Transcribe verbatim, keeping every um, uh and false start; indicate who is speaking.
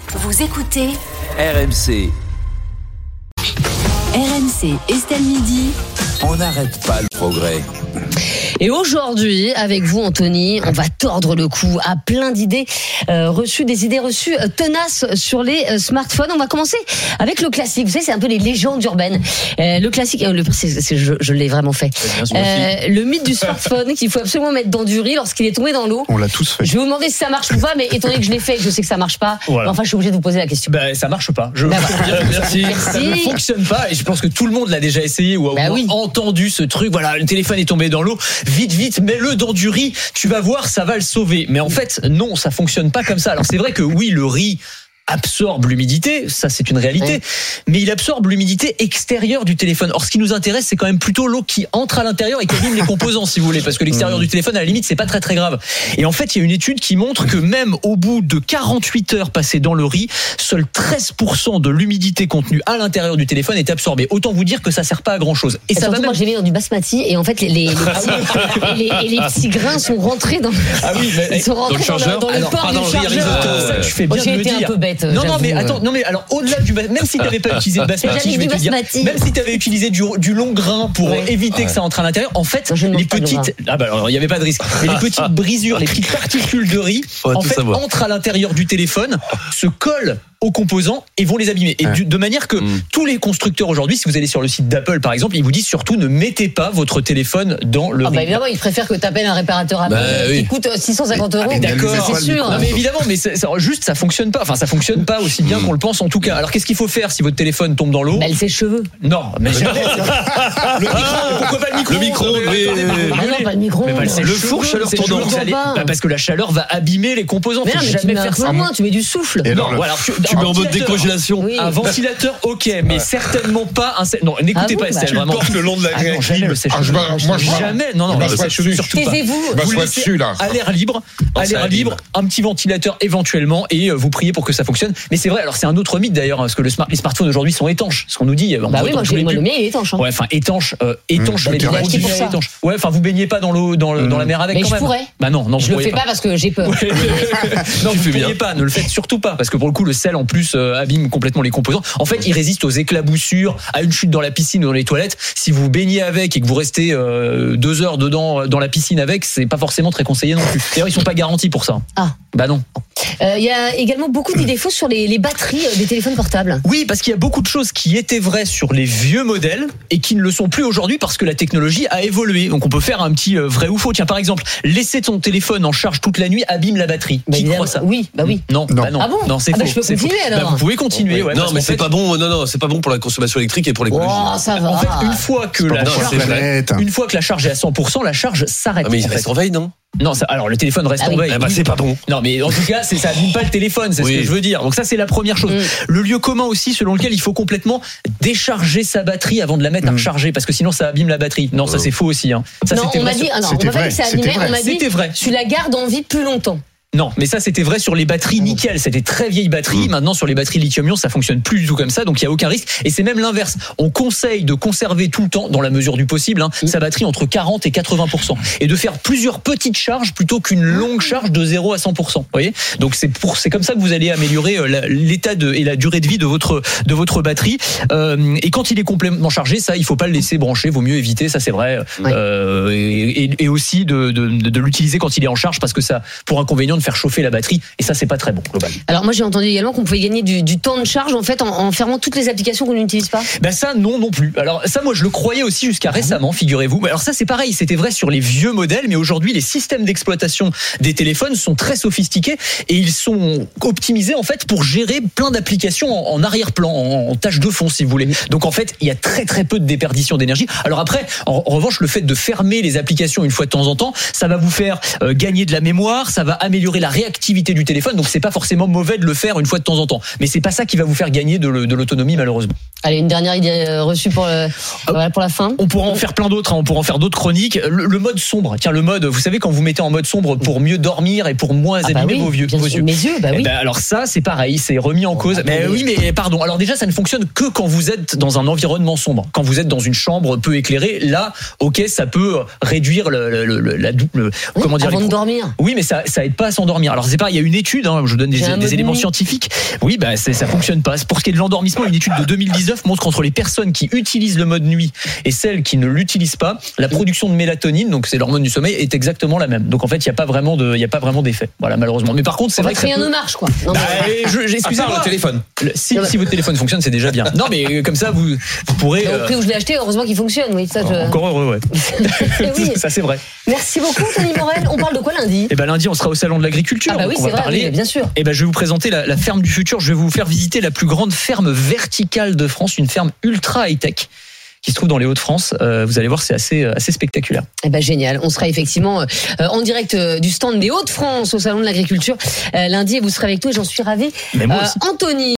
Speaker 1: Vous écoutez
Speaker 2: R M C.
Speaker 1: R M C, Estelle Midi.
Speaker 2: On n'arrête pas le progrès.
Speaker 3: Et aujourd'hui, avec vous, Anthony, on va tordre le cou à plein d'idées euh, reçues, des idées reçues euh, tenaces sur les euh, smartphones. On va commencer avec le classique. Vous savez, c'est un peu les légendes urbaines. Euh, le classique, euh, le, c'est, c'est, je, je l'ai vraiment fait. Euh, le mythe du smartphone qu'il faut absolument mettre dans du riz lorsqu'il est tombé dans l'eau.
Speaker 4: On l'a tous fait.
Speaker 3: Je vais vous demander si ça marche ou pas, mais étant donné que je l'ai fait et que je sais que ça marche pas,
Speaker 5: Voilà.
Speaker 3: enfin, je suis obligé de vous poser la question.
Speaker 5: Bah, ça marche pas. Je
Speaker 3: Bah,
Speaker 5: voilà. Merci.
Speaker 3: Merci.
Speaker 5: Ça ne fonctionne pas et je pense que tout le monde l'a déjà essayé ou a
Speaker 3: Bah
Speaker 5: au moins
Speaker 3: oui.
Speaker 5: entendu ce truc. Voilà, le téléphone est tombé dans l'eau. Vite, vite, mets-le dans du riz. Tu vas voir, ça va le sauver. Mais en fait, non, ça fonctionne pas comme ça. Alors c'est vrai que oui, le riz absorbe l'humidité, ça c'est une réalité,
Speaker 3: Ouais.
Speaker 5: mais il absorbe l'humidité extérieure du téléphone. Or ce qui nous intéresse, c'est quand même plutôt l'eau qui entre à l'intérieur et qui abîme les composants, si vous voulez, parce que l'extérieur du téléphone, à la limite, c'est pas très très grave. Et en fait, il y a une étude qui montre que même au bout de quarante-huit heures passées dans le riz, seuls treize pour cent de l'humidité contenue à l'intérieur du téléphone est absorbée. Autant vous dire que ça sert pas à grand chose. Et,
Speaker 3: Et
Speaker 5: ça
Speaker 3: surtout,
Speaker 5: va même...
Speaker 3: moi, j'ai mis dans du basmati et en fait, les, les, les, petits, et les, et les petits grains sont rentrés dans,
Speaker 5: Ah oui, mais
Speaker 3: ils sont rentrés dans, le, dans le
Speaker 5: Alors,
Speaker 3: port
Speaker 5: pas
Speaker 3: du
Speaker 5: dans le riz
Speaker 3: chargeur.
Speaker 5: risotto, ça, tu fais
Speaker 3: Moi,
Speaker 5: bien
Speaker 3: j'ai
Speaker 5: de me
Speaker 3: été un
Speaker 5: dire.
Speaker 3: peu bête.
Speaker 5: Non, non,
Speaker 3: j'avoue.
Speaker 5: mais attends, non, mais alors au-delà du basmati, même si tu n'avais pas utilisé le basmati,
Speaker 3: J'avais
Speaker 5: je vais
Speaker 3: du
Speaker 5: te dire,
Speaker 3: basmati.
Speaker 5: même si tu avais utilisé du, du long grain pour
Speaker 3: Ouais.
Speaker 5: éviter que ça entre à l'intérieur, en fait,
Speaker 3: Moi, je ne mange
Speaker 5: les
Speaker 3: pas de
Speaker 5: petites, ah bah alors il n'y avait pas de risque, mais les petites brisures, les petites particules de riz,
Speaker 4: On va
Speaker 5: en
Speaker 4: tout
Speaker 5: fait,
Speaker 4: savoir.
Speaker 5: entrent à l'intérieur du téléphone, se collent aux composants et vont les abîmer. Et
Speaker 4: Ouais.
Speaker 5: du- de manière que
Speaker 4: Mm.
Speaker 5: tous les constructeurs aujourd'hui, si vous allez sur le site d'Apple par exemple, ils vous disent surtout ne mettez pas votre téléphone dans le
Speaker 3: Ah bah
Speaker 5: riz.
Speaker 3: évidemment, ils préfèrent que tu appelles un réparateur Apple
Speaker 4: Bah
Speaker 3: qui
Speaker 4: oui.
Speaker 3: coûte six cent cinquante euros.
Speaker 5: Ah, mais d'accord,
Speaker 3: c'est sûr.
Speaker 5: Non mais évidemment, mais c'est, c'est- juste ça fonctionne pas. Enfin, ça fonctionne pas aussi bien qu'on le pense en tout cas. Alors qu'est-ce qu'il faut faire si votre téléphone tombe dans l'eau?
Speaker 3: Bah, elle ses cheveux.
Speaker 5: Non, mais jamais. Le micro, pourquoi pas le micro
Speaker 4: Le micro,
Speaker 5: Non, mais
Speaker 4: oui,
Speaker 5: attendez,
Speaker 4: oui,
Speaker 5: vous
Speaker 3: Ah
Speaker 5: rigolez.
Speaker 3: non, pas le micro.
Speaker 5: Mais bah, c'est
Speaker 4: Le
Speaker 5: le
Speaker 4: four,
Speaker 5: cheveu,
Speaker 4: chaleur
Speaker 5: c'est le
Speaker 4: tournante.
Speaker 5: cheveu, vous allez-
Speaker 3: Pas.
Speaker 5: bah, parce que la chaleur va abîmer les composants.
Speaker 3: Mais
Speaker 5: Faut
Speaker 3: non, mais tu
Speaker 5: jamais
Speaker 3: mets un
Speaker 5: faire
Speaker 3: peu
Speaker 5: ça.
Speaker 3: moins, tu mets du souffle.
Speaker 4: Et
Speaker 5: Non,
Speaker 4: alors,
Speaker 5: voilà, tu,
Speaker 4: Tu
Speaker 5: un
Speaker 4: mets en mode
Speaker 5: ventilateur.
Speaker 4: décongélation.
Speaker 3: Oui.
Speaker 5: Un ventilateur, ok, mais certainement pas un. sè- Non, n'écoutez
Speaker 3: Ah bon,
Speaker 5: pas
Speaker 3: bah,
Speaker 5: Estelle,
Speaker 3: tu
Speaker 5: vraiment.
Speaker 4: portes le long de la
Speaker 5: Ah non, jamais le sèche.
Speaker 6: Ah, je m'en- moi, je m'en-
Speaker 5: Jamais. Non, non,
Speaker 6: Je
Speaker 5: le
Speaker 6: m'assois
Speaker 5: sèche-cheveux,
Speaker 6: dessus.
Speaker 5: surtout pas.
Speaker 3: Taisez-vous.
Speaker 6: Je m'assois
Speaker 5: Vous laissez
Speaker 6: dessus, là.
Speaker 5: À l'air libre, à
Speaker 4: ça
Speaker 5: l'air
Speaker 4: abîme.
Speaker 5: libre, un petit ventilateur éventuellement, et euh, vous priez pour que ça fonctionne. Mais c'est vrai, alors c'est un autre mythe d'ailleurs, parce que le smart, les smartphones aujourd'hui sont étanches. Ce qu'on nous dit. on
Speaker 3: Bah
Speaker 5: voit
Speaker 3: oui,
Speaker 5: dans
Speaker 3: moi,
Speaker 5: tous
Speaker 3: j'ai,
Speaker 5: les
Speaker 3: moi le
Speaker 5: pubs.
Speaker 3: mien il est étanche. Hein.
Speaker 5: Ouais, enfin étanche, euh, étanche,
Speaker 6: Mmh,
Speaker 5: mais
Speaker 6: je
Speaker 5: des
Speaker 6: l'ai
Speaker 3: acheté pour ça.
Speaker 5: étanche. Ouais, enfin vous baignez pas dans l'eau, dans, le- dans la mer avec
Speaker 3: Mais
Speaker 5: quand
Speaker 3: je
Speaker 5: même.
Speaker 3: pourrais.
Speaker 5: Bah non, non,
Speaker 3: Je
Speaker 5: vous
Speaker 3: le
Speaker 5: pourriez
Speaker 3: fais pas parce que j'ai peur.
Speaker 5: non,
Speaker 4: Tu
Speaker 5: vous
Speaker 4: fais
Speaker 5: ne
Speaker 4: bien.
Speaker 5: pourriez pas, ne le faites surtout pas, parce que pour le coup, le sel en plus euh, abîme complètement les composants. En fait, il résiste aux éclaboussures, à une chute dans la piscine ou dans les toilettes. Si vous baignez avec et que vous restez euh, deux heures dedans dans la piscine avec, c'est pas forcément très conseillé non plus. D'ailleurs, ils sont pas garantis pour ça.
Speaker 3: Ah.
Speaker 5: Bah non.
Speaker 3: Euh, Il y a également beaucoup d'idées fausses sur les, les batteries euh, des téléphones portables.
Speaker 5: Oui, parce qu'il y a beaucoup de choses qui étaient vraies sur les vieux modèles et qui ne le sont plus aujourd'hui parce que la technologie a évolué. Donc on peut faire un petit euh, vrai ou faux. Tiens, par exemple, laisser ton téléphone en charge toute la nuit abîme la batterie.
Speaker 3: Bah,
Speaker 5: qui
Speaker 3: évidemment.
Speaker 5: croit ça?
Speaker 3: Oui, bah oui.
Speaker 5: Non,
Speaker 6: Non.
Speaker 5: bah non.
Speaker 3: Ah bon
Speaker 5: Non, c'est
Speaker 3: Ah bah,
Speaker 5: faux.
Speaker 3: je peux
Speaker 5: c'est faux.
Speaker 3: continuer, alors.
Speaker 5: Bah, vous pouvez continuer. ouais,
Speaker 4: Non,
Speaker 5: parce
Speaker 4: mais
Speaker 5: qu'en
Speaker 4: c'est
Speaker 5: fait-
Speaker 4: pas bon. Non, non, c'est pas bon pour la consommation électrique et pour l'écologie.
Speaker 3: Oh, ça va.
Speaker 5: En fait, une fois que la
Speaker 4: bon,
Speaker 5: charge,
Speaker 4: c'est vrai.
Speaker 5: une fois que la charge est à cent pour cent, la charge s'arrête.
Speaker 4: Ah, mais il
Speaker 5: en fait.
Speaker 4: reste en veille, non?
Speaker 5: Non, ça- alors le téléphone reste
Speaker 3: Ah
Speaker 5: en
Speaker 3: oui.
Speaker 5: veille.
Speaker 4: Ah bah c'est pas bon.
Speaker 5: Non, mais en tout cas, c'est, ça abîme pas le téléphone, c'est
Speaker 4: Oui.
Speaker 5: ce que je veux dire. Donc ça, c'est la première chose.
Speaker 3: Mm.
Speaker 5: Le lieu commun aussi, selon lequel il faut complètement décharger sa batterie avant de la mettre à
Speaker 6: Mm.
Speaker 5: recharger, parce que sinon ça abîme la batterie. Non, ça
Speaker 4: Oh.
Speaker 5: c'est faux aussi. Hein. Ça,
Speaker 3: Non,
Speaker 5: c'était
Speaker 3: on m'a
Speaker 5: vrai
Speaker 3: dit,
Speaker 5: sur-
Speaker 3: ah non, on
Speaker 6: C'était
Speaker 3: m'a pas dit
Speaker 6: vrai,
Speaker 3: que ça
Speaker 6: c'était
Speaker 3: abîmait,
Speaker 6: vrai.
Speaker 3: on m'a dit,
Speaker 5: C'était vrai.
Speaker 3: tu la gardes en vie plus longtemps.
Speaker 5: Non, mais ça c'était vrai sur les batteries nickel. C'était très vieilles batteries.
Speaker 4: Mm.
Speaker 5: Maintenant sur les batteries lithium-ion, ça fonctionne plus du tout comme ça, donc il y a aucun risque. Et c'est même l'inverse. On conseille de conserver tout le temps, dans la mesure du possible, hein, sa batterie entre quarante et quatre-vingts pour cent, et de faire plusieurs petites charges plutôt qu'une longue charge de zéro à cent pour cent. Vous voyez ? Donc c'est pour, c'est comme ça que vous allez améliorer euh, la- l'état de, et la durée de vie de votre de votre batterie. Euh, et quand il est complètement chargé, ça il faut pas le laisser brancher. Vaut mieux éviter. Ça c'est vrai.
Speaker 3: Ouais.
Speaker 5: Euh, et, et- et aussi de, de, de, de l'utiliser quand il est en charge, parce que ça pour inconvénient de faire chauffer la batterie, et ça c'est pas très bon globalement.
Speaker 3: Alors moi j'ai entendu également qu'on pouvait gagner du, du temps de charge en fait en, en fermant toutes les applications qu'on n'utilise pas.
Speaker 5: Ben ça non non plus. Alors ça moi je le croyais aussi jusqu'à récemment, figurez-vous. Alors ça c'est pareil, c'était vrai sur les vieux modèles, mais aujourd'hui les systèmes d'exploitation des téléphones sont très sophistiqués et ils sont optimisés en fait pour gérer plein d'applications en, en arrière-plan, en, en tâche de fond si vous voulez. Donc en fait il y a très très peu de déperdition d'énergie. Alors après en, en revanche le fait de fermer les applications une fois de temps en temps, ça va vous faire euh, gagner de la mémoire, ça va améliorer la réactivité du téléphone. Donc c'est pas forcément mauvais de le faire une fois de temps en temps, mais c'est pas ça qui va vous faire gagner de, le- de l'autonomie malheureusement.
Speaker 3: Allez, une dernière idée euh, reçue pour, le, voilà, pour la fin.
Speaker 5: On pourra en faire plein d'autres, hein, on pourra en faire d'autres chroniques. Le, le mode sombre, tiens, le mode, vous savez, quand vous mettez en mode sombre pour mieux dormir et pour moins
Speaker 3: Ah bah
Speaker 5: abîmer
Speaker 3: oui,
Speaker 5: vos, vieux,
Speaker 3: bien
Speaker 5: vos
Speaker 3: sûr.
Speaker 5: yeux.
Speaker 3: Mes yeux, bah
Speaker 5: Eh
Speaker 3: oui.
Speaker 5: ben, alors ça, c'est pareil, c'est remis en cause. Mais
Speaker 3: attendez.
Speaker 5: oui, mais pardon. Alors déjà, ça ne fonctionne que quand vous êtes dans un environnement sombre. Quand vous êtes dans une chambre peu éclairée, là, ok, ça peut réduire le, le, le- la, le- comment dire
Speaker 3: Avant
Speaker 5: les
Speaker 3: de
Speaker 5: pro-
Speaker 3: dormir.
Speaker 5: Oui, mais ça, ça aide pas à s'endormir. Alors c'est pas, il y a une étude, hein, je vous donne des,
Speaker 3: J'ai un
Speaker 5: des
Speaker 3: mode
Speaker 5: éléments
Speaker 3: nuit.
Speaker 5: scientifiques. Oui, bah c'est, ça fonctionne pas. Pour ce qui est de l'endormissement, une étude de deux mille dix-neuf montre qu'entre les personnes qui utilisent le mode nuit et celles qui ne l'utilisent pas, la production de mélatonine, donc c'est l'hormone du sommeil, est exactement la même. Donc en fait, il y a pas vraiment de, il y a pas vraiment d'effet. Voilà, malheureusement. Mais par contre, c'est
Speaker 3: En
Speaker 5: vrai
Speaker 3: fait,
Speaker 5: que ça
Speaker 3: rien
Speaker 5: peut-
Speaker 3: ne marche, quoi. Non,
Speaker 5: Bah,
Speaker 3: mais-
Speaker 5: je- je- excusez-moi.
Speaker 4: le téléphone.
Speaker 5: Le- si, si votre téléphone fonctionne, c'est déjà bien. Non, mais euh, comme ça, vous, vous pourrez.
Speaker 3: Au
Speaker 5: euh,
Speaker 3: prix où je l'ai acheté, heureusement qu'il fonctionne. Oui, ça, je...
Speaker 5: Encore heureux, ouais.
Speaker 3: Oui.
Speaker 5: Ça, c'est vrai.
Speaker 3: Merci beaucoup, Tony Morel. On parle de quoi lundi?
Speaker 5: Et ben lundi, on sera au salon de l'agriculture.
Speaker 3: Ah bah
Speaker 5: donc
Speaker 3: oui,
Speaker 5: on
Speaker 3: c'est
Speaker 5: va
Speaker 3: vrai,
Speaker 5: parler.
Speaker 3: oui, bien sûr.
Speaker 5: Et ben je vais vous présenter la, la ferme du futur. Je vais vous faire visiter la plus grande ferme verticale de France, une ferme ultra high-tech qui se trouve dans les Hauts-de-France. Euh, vous allez voir, c'est assez, assez spectaculaire.
Speaker 3: Eh ben génial. On sera effectivement euh, en direct euh, du stand des Hauts-de-France au salon de l'agriculture euh, lundi et vous serez avec nous et j'en suis ravie.
Speaker 5: Mais moi
Speaker 3: Euh,
Speaker 5: aussi.
Speaker 3: Anthony.